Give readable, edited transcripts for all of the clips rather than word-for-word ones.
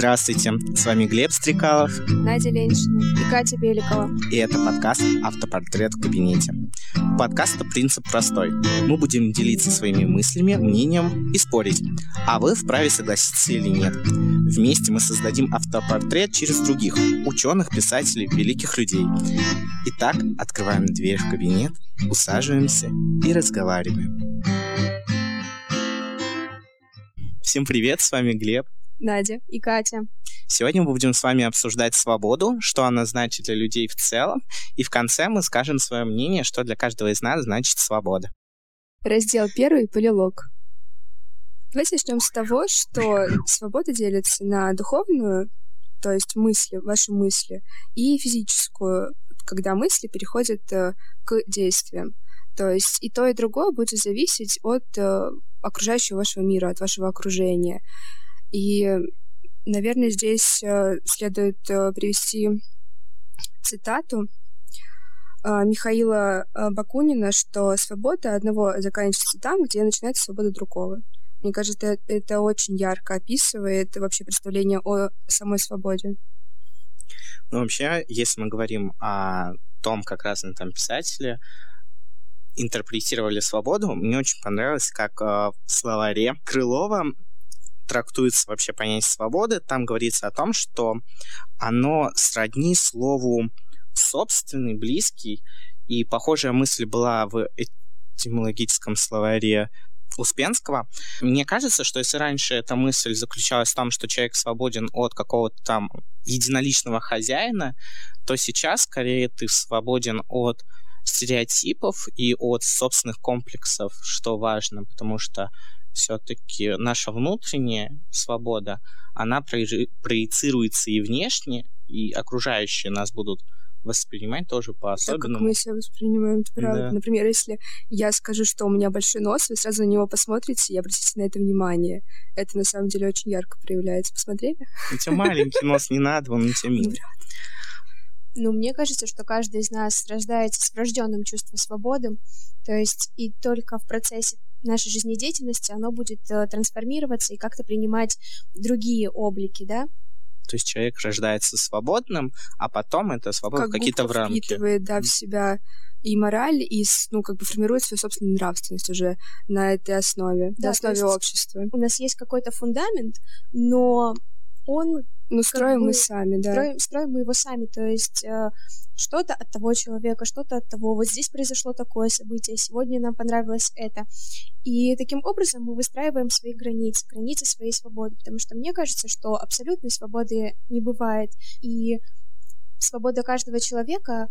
Здравствуйте, с вами Глеб Стрекалов, Надя Леньшина и Катя Беликова. И это подкаст «Автопортрет в кабинете». У подкаста принцип простой. Мы будем делиться своими мыслями, мнением и спорить, а вы вправе согласиться или нет. Вместе мы создадим автопортрет через других ученых, писателей, великих людей. Итак, открываем дверь в кабинет, усаживаемся и разговариваем. Всем привет, с вами Глеб, Надя и Катя. Сегодня мы будем с вами обсуждать свободу, что она значит для людей в целом, и в конце мы скажем свое мнение, что для каждого из нас значит свобода. Раздел 1 — полилог. Давайте начнем с того, что свобода делится на духовную, то есть мысли, ваши мысли, и физическую, когда мысли переходят к действиям. То есть и то, и другое будет зависеть от окружающего вашего мира, от вашего окружения. И, наверное, здесь следует привести цитату Михаила Бакунина, что свобода одного заканчивается там, где начинается свобода другого. Мне кажется, это очень ярко описывает вообще представление о самой свободе. Ну, вообще, если мы говорим о том, как разные там писатели интерпретировали свободу, мне очень понравилось, как в словаре Крылова трактуется вообще понятие свободы. Там говорится о том, что оно сродни слову «собственный», «близкий», и похожая мысль была в этимологическом словаре Успенского. Мне кажется, что если раньше эта мысль заключалась в том, что человек свободен от какого-то там единоличного хозяина, то сейчас скорее ты свободен от стереотипов и от собственных комплексов, что важно, потому что все-таки наша внутренняя свобода, она проецируется и внешне, и окружающие нас будут воспринимать тоже по-особенному. Так, как мы себя воспринимаем, это правда. Да. Например, если я скажу, что у меня большой нос, вы сразу на него посмотрите и обратите на это внимание. Это на самом деле очень ярко проявляется. Посмотрели? У тебя маленький нос, не надо, он у тебя милый. Ну, мне кажется, что каждый из нас рождается с врожденным чувством свободы, то есть и только в процессе нашей жизнедеятельности оно будет трансформироваться и как-то принимать другие облики, да? То есть человек рождается свободным, а потом эта свобода какие-то в рамки. Впитывает, да, в себя и мораль, и, формирует свою собственную нравственность уже на этой основе, да, на основе общества. У нас есть какой-то фундамент, но он... Ну, строим мы сами, да. Строим мы его сами, то есть что-то от того человека, что-то от того. Вот здесь произошло такое событие, сегодня нам понравилось это. И таким образом мы выстраиваем свои границы своей свободы, потому что мне кажется, что абсолютной свободы не бывает. И свобода каждого человека...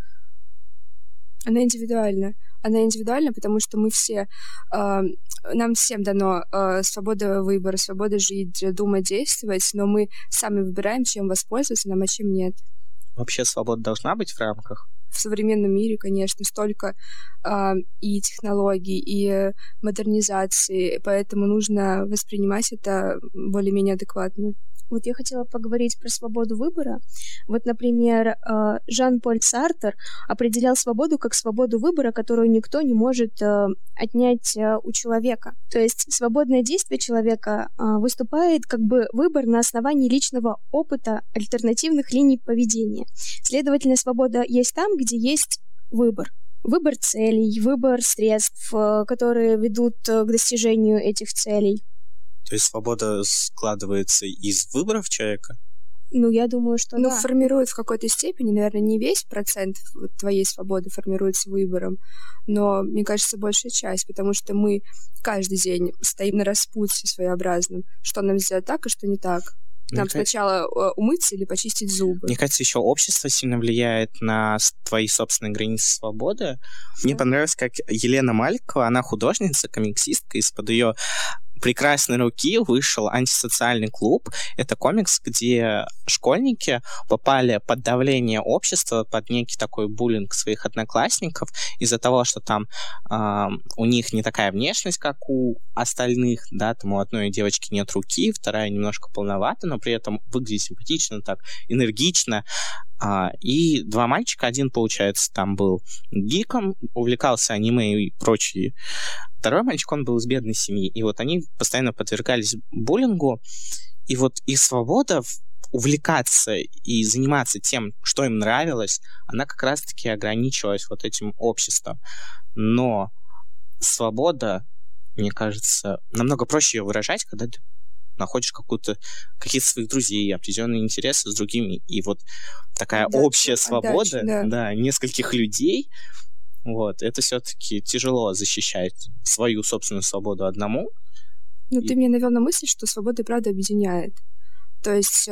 Она индивидуальна, потому что мы все, нам всем дано свобода выбора, свобода жить, думать, действовать, но мы сами выбираем, чем воспользоваться нам, а чем нет. Вообще свобода должна быть в рамках? В современном мире, конечно, столько и технологий, и модернизации, поэтому нужно воспринимать это более-менее адекватно. Вот я хотела поговорить про свободу выбора. Вот, например, Жан-Поль Сартр определял свободу как свободу выбора, которую никто не может отнять у человека. То есть свободное действие человека выступает как бы выбор на основании личного опыта альтернативных линий поведения. Следовательно, свобода есть там, где есть выбор. Выбор целей, выбор средств, которые ведут к достижению этих целей. То есть свобода складывается из выборов человека? Ну, я думаю, что да. Формирует в какой-то степени, наверное, не весь процент твоей свободы формируется выбором, но, мне кажется, большая часть, потому что мы каждый день стоим на распутье своеобразном, что нам сделать так, а что не так. Нам сначала умыться или почистить зубы. Мне кажется, еще общество сильно влияет на твои собственные границы свободы. Мне понравилось, как Елена Маликова, она художница, комиксистка, из-под ее прекрасной руки вышел «Антисоциальный клуб». Это комикс, где школьники попали под давление общества, под некий такой буллинг своих одноклассников из-за того, что там у них не такая внешность, как у остальных, да, там у одной девочки нет руки, вторая немножко полновата, но при этом выглядит симпатично, так энергично. И два мальчика, один, получается, там был гиком, увлекался аниме и прочие. Второй мальчик, он был из бедной семьи, и вот они постоянно подвергались буллингу, и вот их свобода увлекаться и заниматься тем, что им нравилось, она как раз-таки ограничивалась вот этим обществом. Но свобода, мне кажется, намного проще ее выражать, когда ты находишь каких-то своих друзей, определенные интересы с другими. И вот такая общая свобода нескольких людей, вот, это все-таки тяжело защищать свою собственную свободу одному. Ну, ты меня навел на мысль, что свобода и правда объединяет. То есть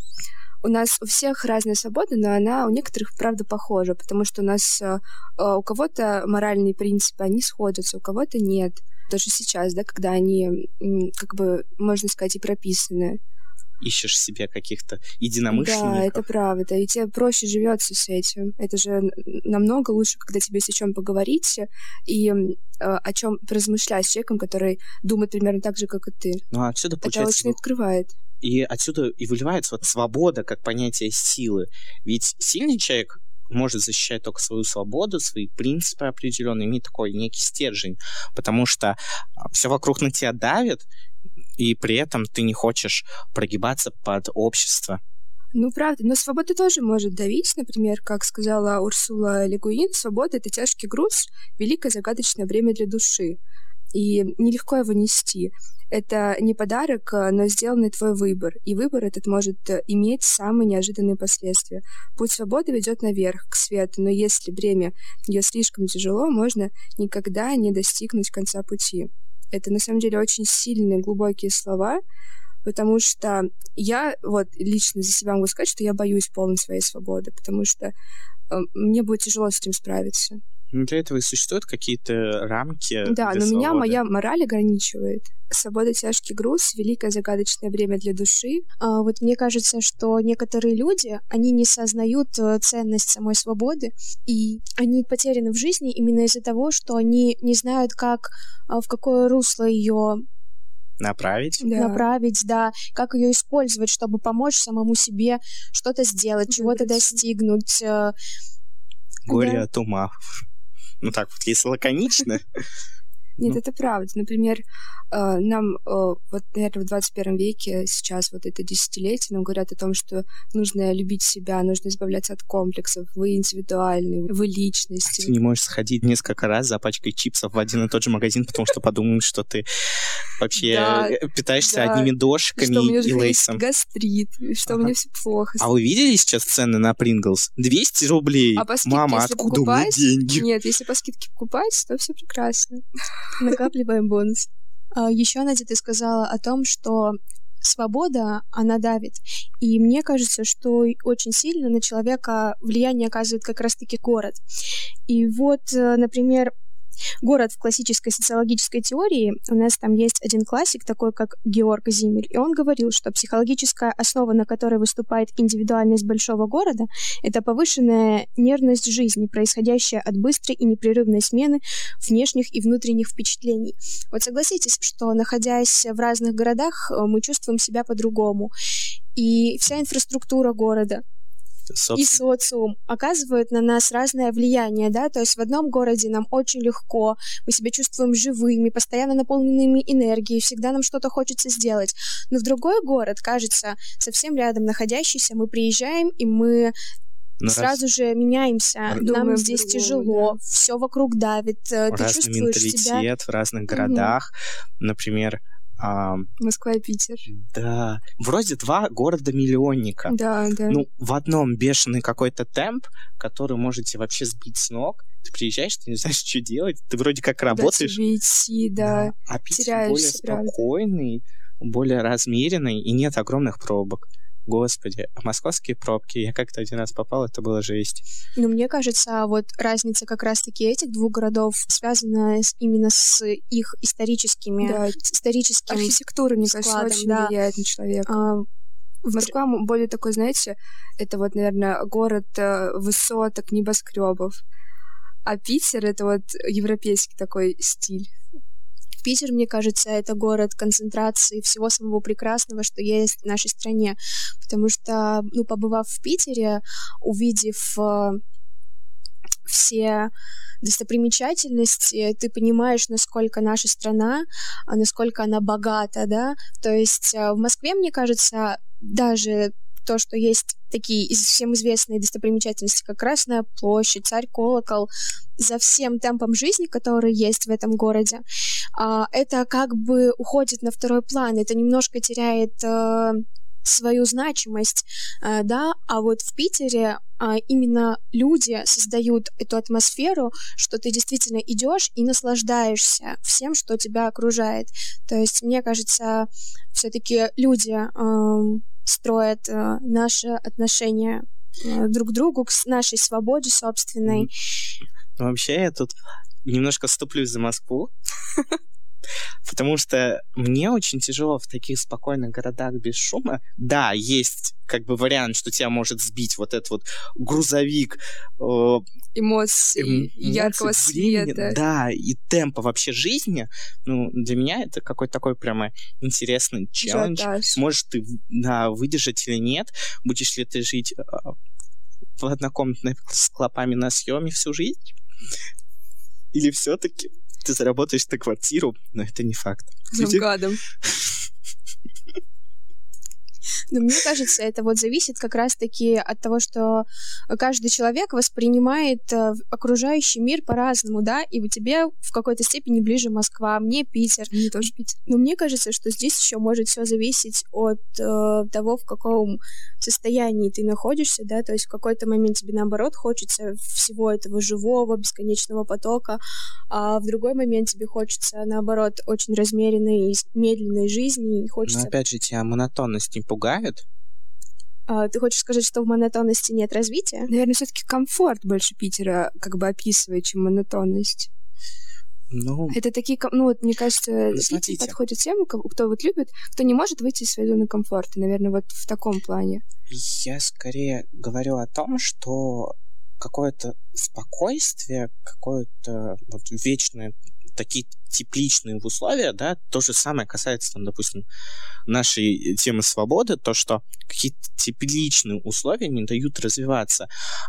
у нас у всех разная свобода, но она у некоторых, правда, похожа, потому что у нас у кого-то моральные принципы, они сходятся, у кого-то нет. Даже сейчас, да, когда они, как бы, можно сказать, и прописаны. Ищешь себе каких-то единомышленников. Да, это правда, и тебе проще живется с этим. Это же намного лучше, когда тебе есть о чем поговорить и о чем поразмышлять с человеком, который думает примерно так же, как и ты. Ну, отсюда, получается, это очень открывает. И отсюда и выливается вот свобода как понятие силы. Ведь сильный человек может защищать только свою свободу, свои принципы определенные, иметь такой некий стержень, потому что все вокруг на тебя давит, и при этом ты не хочешь прогибаться под общество. Ну, правда, но свобода тоже может давить, например, как сказала Урсула Ле Гуин, свобода — это тяжкий груз, великое загадочное бремя для души, и нелегко его нести. Это не подарок, но сделанный твой выбор. И выбор этот может иметь самые неожиданные последствия. Путь свободы ведет наверх, к свету, но если бремя ее слишком тяжело, можно никогда не достигнуть конца пути. Это, на самом деле, очень сильные, глубокие слова, потому что я вот лично за себя могу сказать, что я боюсь полной своей свободы, потому что мне будет тяжело с этим справиться. Для этого и существуют какие-то рамки. Да, для но свободы. меня моя мораль ограничивает. Свобода — тяжкий груз, великое загадочное время для души. Вот мне кажется, что некоторые люди, они не сознают ценность самой свободы, и они потеряны в жизни именно из-за того, что они не знают, как, в какое русло ее направить, да, как ее использовать, чтобы помочь самому себе что-то сделать, чего-то достигнуть. Горе от ума. Ну так вот, если лаконично. Нет, это правда. Например, нам вот, наверное, в 21 веке сейчас вот это десятилетие нам говорят о том, что нужно любить себя, нужно избавляться от комплексов, вы индивидуальны, вы личность. Ты не можешь сходить несколько раз за пачкой чипсов в один и тот же магазин, потому что подумают, что ты вообще питаешься одними дошиками и лейсом. Гастрит, что у меня все плохо. А вы видели сейчас цены на Принглс? 200 рублей. А по скидке, мама, откуда у меня деньги? Нет, если по скидке покупать, то все прекрасно. Накапливаем бонус. Еще, Надя, ты сказала о том, что свобода, она давит. И мне кажется, что очень сильно на человека влияние оказывает как раз-таки город. И вот, например, город в классической социологической теории, у нас там есть один классик, такой как Георг Зиммель, и он говорил, что психологическая основа, на которой выступает индивидуальность большого города, это повышенная нервность жизни, происходящая от быстрой и непрерывной смены внешних и внутренних впечатлений. Вот согласитесь, что, находясь в разных городах, мы чувствуем себя по-другому. И вся инфраструктура города, и социум оказывают на нас разное влияние, да, то есть в одном городе нам очень легко, мы себя чувствуем живыми, постоянно наполненными энергией, всегда нам что-то хочется сделать, но в другой город, кажется, совсем рядом находящийся, мы приезжаем, и мы сразу же меняемся, нам здесь тяжело, все вокруг давит, ты чувствуешь себя... в разных городах, например, Москва и Питер. Да. Вроде 2 города-миллионника. Да. Ну, в одном бешеный какой-то темп, который может тебя вообще сбить с ног. Ты приезжаешь, ты не знаешь, что делать. Ты вроде как работаешь. Куда тебе идти, да. А Питер более спокойный, более размеренный, и нет огромных пробок. Господи, московские пробки, я как-то один раз попал, это было жесть. Ну, мне кажется, вот разница как раз-таки этих двух городов связана именно с их историческими... Да, историческим архитектура, мне кажется, очень влияет на человека. Москва более такой, знаете, это вот, наверное, город высоток, небоскребов. А Питер — это вот европейский такой стиль. Питер, мне кажется, это город концентрации всего самого прекрасного, что есть в нашей стране. Потому что, ну, побывав в Питере, увидев все достопримечательности, ты понимаешь, насколько наша страна, насколько она богата, да. То есть в Москве, мне кажется, даже то, что есть такие всем известные достопримечательности, как Красная площадь, Царь-колокол, за всем темпом жизни, который есть в этом городе, это как бы уходит на второй план, это немножко теряет свою значимость, да, а вот в Питере именно люди создают эту атмосферу, что ты действительно идешь и наслаждаешься всем, что тебя окружает. То есть, мне кажется, все-таки люди строят наши отношения друг к другу, к нашей свободе собственной. Вообще, я тут немножко вступлюсь за Москву, потому что мне очень тяжело в таких спокойных городах без шума. Да, есть как бы вариант, что тебя может сбить вот этот вот грузовик эмоций, яркого света. Да, и темпа вообще жизни. Ну, для меня это какой-то такой прямо интересный челлендж. Можешь ты выдержать или нет? Будешь ли ты жить в однокомнатной с клопами на съеме всю жизнь? Или все-таки ты заработаешь на квартиру, но это не факт. Гадом. Но мне кажется, это вот зависит как раз-таки от того, что каждый человек воспринимает окружающий мир по-разному, да, и тебе в какой-то степени ближе Москва, мне Питер. Мне тоже Питер. Но мне кажется, что здесь еще может все зависеть от того, в каком состоянии ты находишься, да, то есть в какой-то момент тебе, наоборот, хочется всего этого живого, бесконечного потока, а в другой момент тебе хочется, наоборот, очень размеренной и медленной жизни, и хочется... Но опять же, тебя монотонность не пугает? Ты хочешь сказать, что в монотонности нет развития? Наверное, все-таки комфорт больше Питера как бы описывает, чем монотонность. Ну, это такие, ну вот, мне кажется, Питер подходит тем, кто вот любит, кто не может выйти из своей зоны комфорта. Наверное, вот в таком плане. Я скорее говорю о том, что какое-то спокойствие, какое-то вот вечное, такие тепличные условия, да, то же самое касается, там, допустим, нашей темы свободы, то, что какие-то тепличные условия не дают развиваться.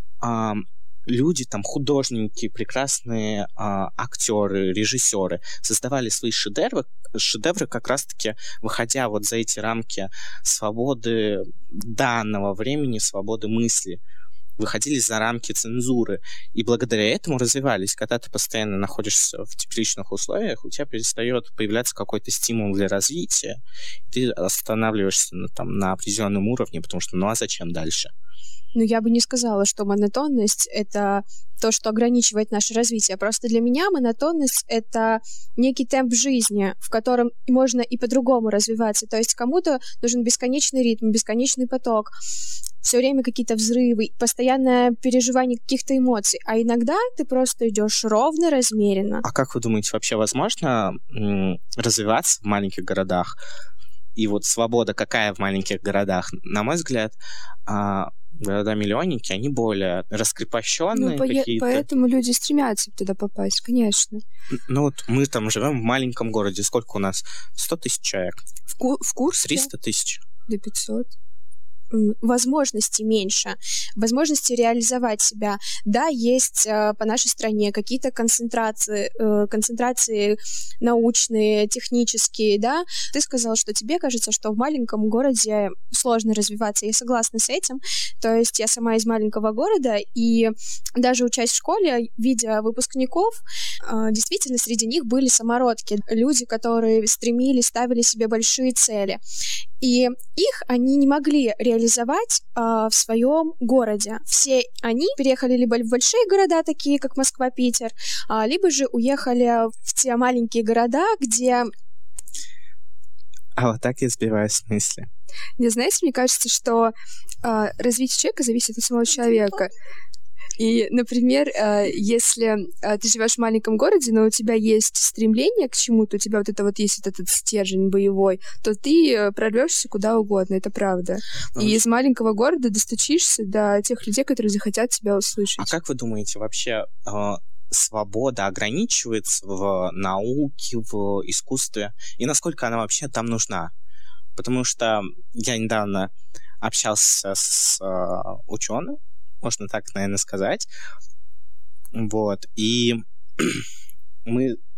Люди, там, художники, прекрасные актеры, режиссеры создавали свои шедевры как раз-таки выходя вот за эти рамки свободы данного времени, свободы мысли, выходили за рамки цензуры, и благодаря этому развивались. Когда ты постоянно находишься в тепличных условиях, у тебя перестает появляться какой-то стимул для развития, и ты останавливаешься на определенном уровне, потому что ну а зачем дальше? Ну, я бы не сказала, что монотонность — это то, что ограничивает наше развитие. Просто для меня монотонность — это некий темп жизни, в котором можно и по-другому развиваться. То есть кому-то нужен бесконечный ритм, бесконечный поток, все время какие-то взрывы, постоянное переживание каких-то эмоций. А иногда ты просто идешь ровно, размеренно. А как вы думаете, вообще возможно развиваться в маленьких городах? И вот свобода какая в маленьких городах? На мой взгляд, города-миллионники, они более раскрепощенные какие-то. Поэтому люди стремятся туда попасть, конечно. Ну вот мы там живем в маленьком городе. Сколько у нас? 100 тысяч человек. В Курске? 300 тысяч. До 500. Возможностей меньше, возможности реализовать себя. Да, есть по нашей стране какие-то концентрации научные, технические, да. Ты сказал, что тебе кажется, что в маленьком городе сложно развиваться. Я согласна с этим. То есть я сама из маленького города, и даже учась в школе, видя выпускников, действительно среди них были самородки, люди, которые стремились, ставили себе большие цели. И их они не могли реализовать в своем городе. Все они переехали либо в большие города, такие как Москва, Питер, либо же уехали в те маленькие города, где... А вот так я сбиваюсь с мысли. Не, знаете, мне кажется, что развитие человека зависит от самого человека. И, например, если ты живешь в маленьком городе, но у тебя есть стремление к чему-то, у тебя вот это вот есть вот этот стержень боевой, то ты прорвешься куда угодно, это правда. И из маленького города достучишься до тех людей, которые захотят тебя услышать. А как вы думаете, вообще свобода ограничивается в науке, в искусстве? И насколько она вообще там нужна? Потому что я недавно общался с ученым, можно так, наверное, сказать. Вот. И мы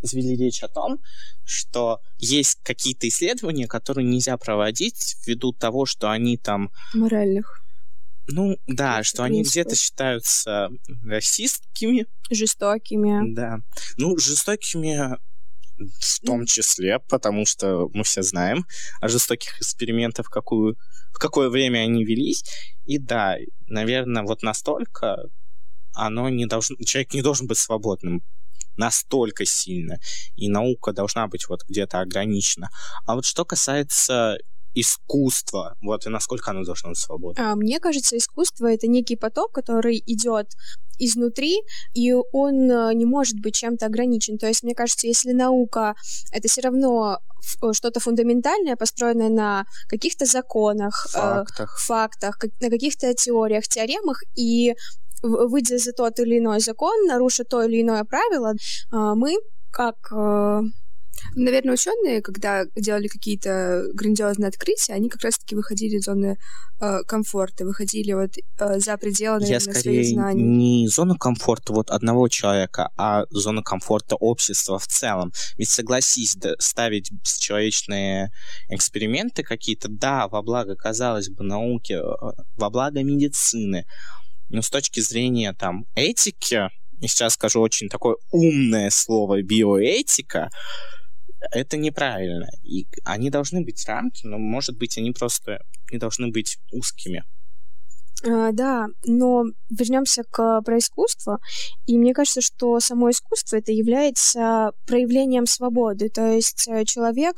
завели речь о том, что есть какие-то исследования, которые нельзя проводить ввиду того, что они там... Моральных. Ну, да, что они принципов. где-то считаются расистскими. Жестокими. Да. Ну, жестокими в том числе, потому что мы все знаем о жестоких экспериментах, в какое время они велись. И да, наверное, вот настолько человек не должен быть свободным настолько сильно, и наука должна быть вот где-то ограничена. А вот что касается искусства, вот, и насколько оно должно быть свободным? Мне кажется, искусство — это некий поток, который идет изнутри, и он не может быть чем-то ограничен. То есть, мне кажется, если наука — это все равно что-то фундаментальное, построенное на каких-то законах, фактах, на каких-то теориях, теоремах, и выйдя за тот или иной закон, наруша то или иное правило, мы как... Наверное, ученые, когда делали какие-то грандиозные открытия, они как раз-таки выходили из зоны комфорта, выходили вот за пределы, наверное, своих знаний. Я скорее не зона комфорта вот одного человека, а зона комфорта общества в целом. Ведь согласись, ставить человечные эксперименты какие-то, да, во благо, казалось бы, науки, во благо медицины, но с точки зрения там этики, и сейчас скажу очень такое умное слово биоэтика, это неправильно. И они должны быть рамки, но, может быть, они просто не должны быть узкими. Да, но вернемся про искусство, и мне кажется, что само искусство это является проявлением свободы, то есть человек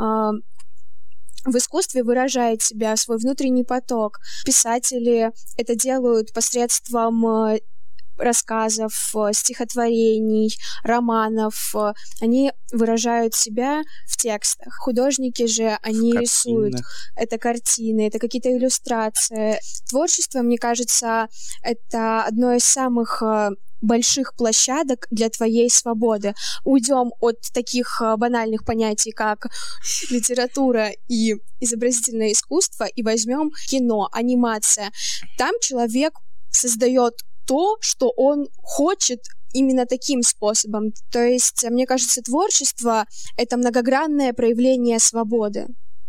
в искусстве выражает себя, свой внутренний поток. Писатели это делают посредством рассказов, стихотворений, романов. Они выражают себя в текстах. Художники же, они рисуют. Это картины, это какие-то иллюстрации. Творчество, мне кажется, это одно из самых больших площадок для твоей свободы. Уйдем от таких банальных понятий, как литература и изобразительное искусство, и возьмем кино, анимация. Там человек создает то, что он хочет именно таким способом. То есть, мне кажется, творчество — это многогранное проявление свободы.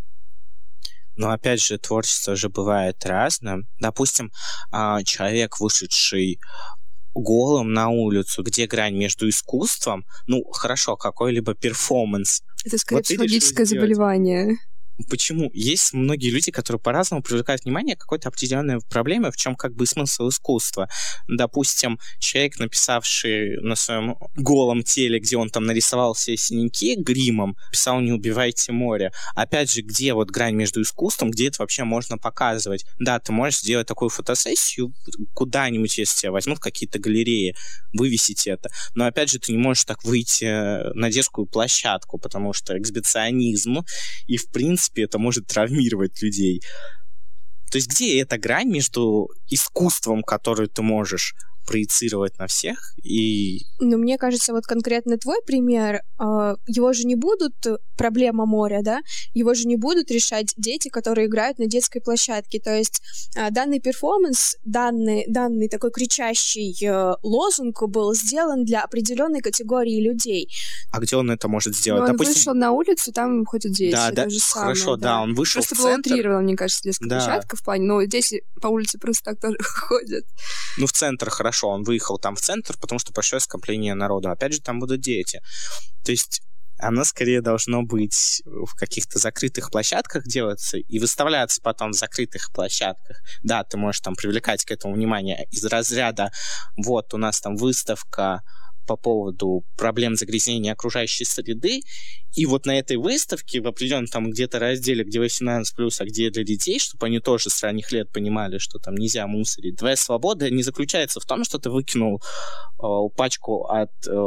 Но опять же, творчество же бывает разным. Допустим, человек, вышедший голым на улицу, где грань между искусством, ну, хорошо, какой-либо перформанс. Это скорее психологическое заболевание. Почему? Есть многие люди, которые по-разному привлекают внимание к какой-то определенной проблеме, в чем как бы смысл искусства. Допустим, человек, написавший на своем голом теле, где он там нарисовал все синяки гримом, писал «Не убивайте море». Опять же, где вот грань между искусством, где это вообще можно показывать? Да, ты можешь сделать такую фотосессию куда-нибудь, если тебя возьмут в какие-то галереи, вывесить это. Но опять же, ты не можешь так выйти на детскую площадку, потому что эксбиционизм и, в принципе, это может травмировать людей. То есть где эта грань между искусством, которое ты можешь проецировать на всех, и... Ну, мне кажется, вот конкретно твой пример, его же не будут, проблема моря, да, его же не будут решать дети, которые играют на детской площадке. То есть данный перформанс, данный такой кричащий лозунг был сделан для определенной категории людей. А где он это может сделать? Но он вышел на улицу, там ходят дети. Да, это же самое, хорошо, да, он вышел просто в центр. Просто было утрировано, мне кажется, детская площадка в плане, но дети по улице просто так тоже ходят. Ну, в центр хорошо, он выехал там в центр, потому что большое скопление народу. Опять же, там будут дети. То есть оно скорее должно быть в каких-то закрытых площадках делаться и выставляться потом в закрытых площадках. Да, ты можешь там привлекать к этому внимание из разряда вот у нас там выставка по поводу проблем загрязнения окружающей среды, и вот на этой выставке в определенном там где-то разделе, где 18+, а где для детей, чтобы они тоже с ранних лет понимали, что там нельзя мусорить. Твоя свобода не заключается в том, что ты выкинул пачку от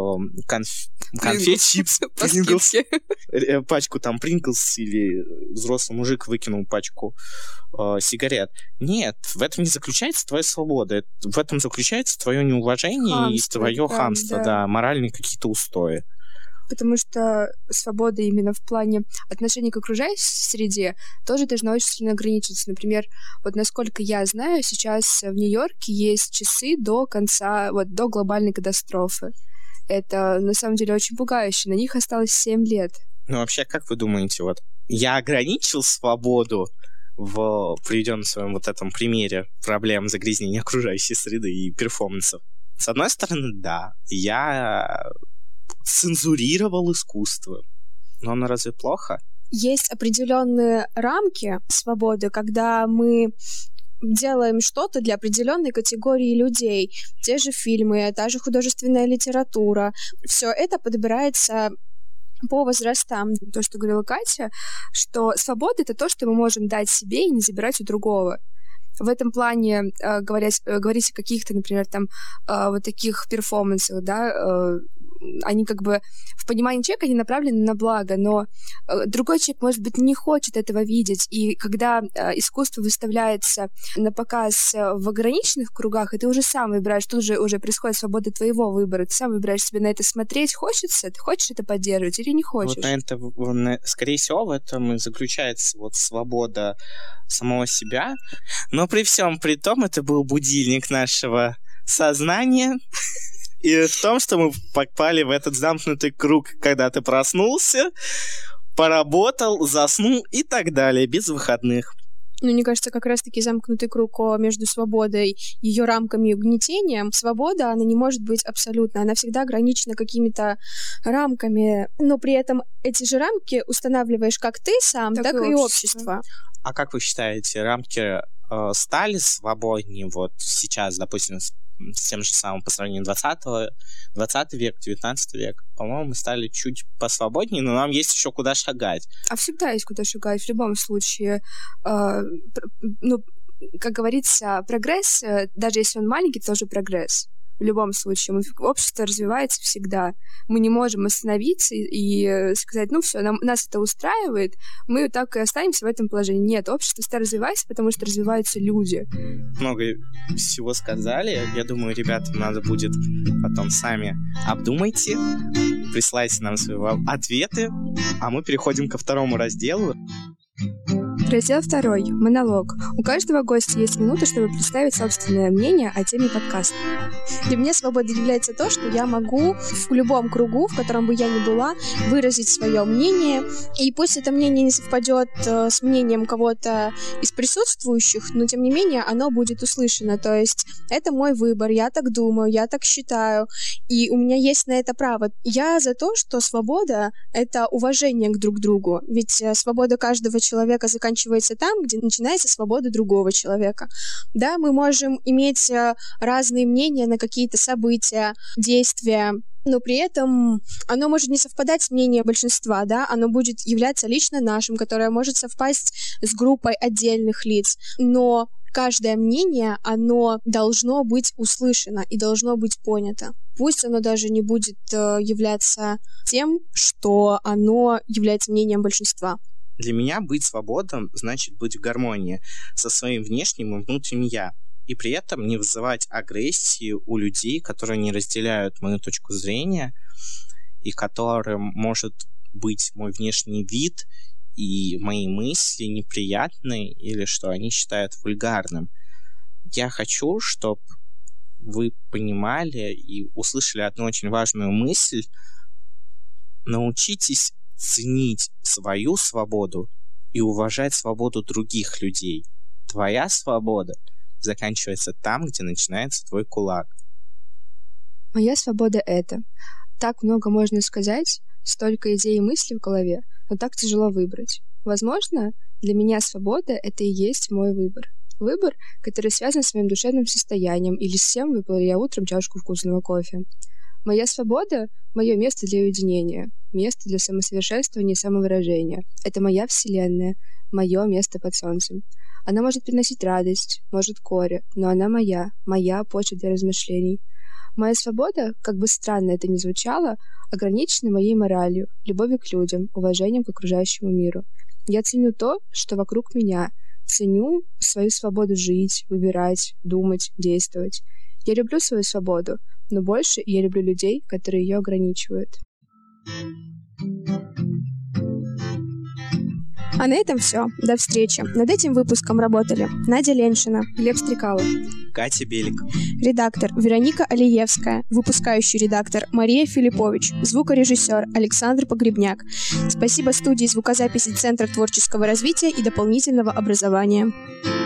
конфет, чипс, Принглс, пачку там Принглс, или взрослый мужик выкинул пачку сигарет. Нет, в этом не заключается твоя свобода. В этом заключается твое неуважение и твое хамство, да, моральные какие-то устои. Потому что свобода именно в плане отношений к окружающей среде тоже должна очень сильно ограничиваться. Например, вот насколько я знаю, сейчас в Нью-Йорке есть часы до конца, вот до глобальной катастрофы. Это на самом деле очень пугающе. На них осталось 7 лет. Ну, вообще, как вы думаете, вот я ограничил свободу в приведенном своем вот этом примере проблем загрязнения окружающей среды и перформансов? С одной стороны, да, я цензурировал искусство. Но оно разве плохо? Есть определенные рамки свободы, когда мы делаем что-то для определенной категории людей. Те же фильмы, та же художественная литература. Все это подбирается по возрастам. То, что говорила Катя, что свобода — это то, что мы можем дать себе и не забирать у другого. В этом плане говорить о каких-то, например, там вот таких перформансах, да, они как бы в понимании человека, они направлены на благо, но другой человек, может быть, не хочет этого видеть, и когда искусство выставляется на показ в ограниченных кругах, и ты уже сам выбираешь, тут же уже происходит свобода твоего выбора, ты сам выбираешь себе на это смотреть, хочется, ты хочешь это поддерживать или не хочешь. Вот на это, скорее всего, в этом и заключается вот свобода самого себя, но при всем при том, это был будильник нашего сознания, и в том, что мы попали в этот замкнутый круг, когда ты проснулся, поработал, заснул и так далее, без выходных. Ну, мне кажется, как раз-таки замкнутый круг между свободой, ее рамками и угнетением. Свобода, она не может быть абсолютно, она всегда ограничена какими-то рамками, но при этом эти же рамки устанавливаешь как ты сам, так и общество. А как вы считаете, рамки стали свободнее вот сейчас, допустим, с тем же самым по сравнению 20 век, 19 век? По-моему, мы стали чуть посвободнее, но нам есть еще куда шагать. А всегда есть куда шагать, в любом случае. Ну, как говорится, прогресс, даже если он маленький, тоже прогресс. В любом случае. Общество развивается всегда. Мы не можем остановиться и сказать, ну все, нас это устраивает, мы так и останемся в этом положении. Нет, общество всегда развивается, потому что развиваются люди. Много всего сказали. Я думаю, ребятам надо будет потом сами обдумайте, присылайте нам свои ответы, а мы переходим ко второму разделу. Раздел 2. Монолог. У каждого гостя есть минута, чтобы представить собственное мнение о теме подкаста. Для меня свободой является то, что я могу в любом кругу, в котором бы я ни была, выразить свое мнение. И пусть это мнение не совпадет с мнением кого-то из присутствующих, но тем не менее оно будет услышано. То есть это мой выбор, я так думаю, я так считаю, и у меня есть на это право. Я за то, что свобода — это уважение к друг другу. Ведь свобода каждого человека заканчивается там, где начинается свобода другого человека. Да, мы можем иметь разные мнения на какие-то события, действия, но при этом оно может не совпадать с мнением большинства, да, оно будет являться лично нашим, которое может совпасть с группой отдельных лиц, но каждое мнение, оно должно быть услышано и должно быть понято. Пусть оно даже не будет являться тем, что оно является мнением большинства. Для меня быть свободным значит быть в гармонии со своим внешним и внутренним «я», и при этом не вызывать агрессии у людей, которые не разделяют мою точку зрения, и которым может быть мой внешний вид и мои мысли неприятны, или что они считают вульгарным. Я хочу, чтобы вы понимали и услышали одну очень важную мысль. Научитесь ценить свою свободу и уважать свободу других людей. Твоя свобода заканчивается там, где начинается твой кулак. Моя свобода — это. Так много можно сказать, столько идей и мыслей в голове, но так тяжело выбрать. Возможно, для меня свобода — это и есть мой выбор. Выбор, который связан с моим душевным состоянием или с тем, выпила ли я утром чашку вкусного кофе. Моя свобода — мое место для уединения, место для самосовершенствования и самовыражения. Это моя вселенная, мое место под солнцем. Она может приносить радость, может горе, но она моя почва для размышлений. Моя свобода, как бы странно это ни звучало, ограничена моей моралью, любовью к людям, уважением к окружающему миру. Я ценю то, что вокруг меня, ценю свою свободу жить, выбирать, думать, действовать. Я люблю свою свободу, но больше я люблю людей, которые ее ограничивают. А на этом все. До встречи. Над этим выпуском работали Надя Леншина, Глеб Стрекалов, Катя Белик. редактор Вероника Алиевская, выпускающий редактор Мария Филиппович, звукорежиссер Александр Погребняк. Спасибо студии звукозаписи Центра творческого развития и дополнительного образования.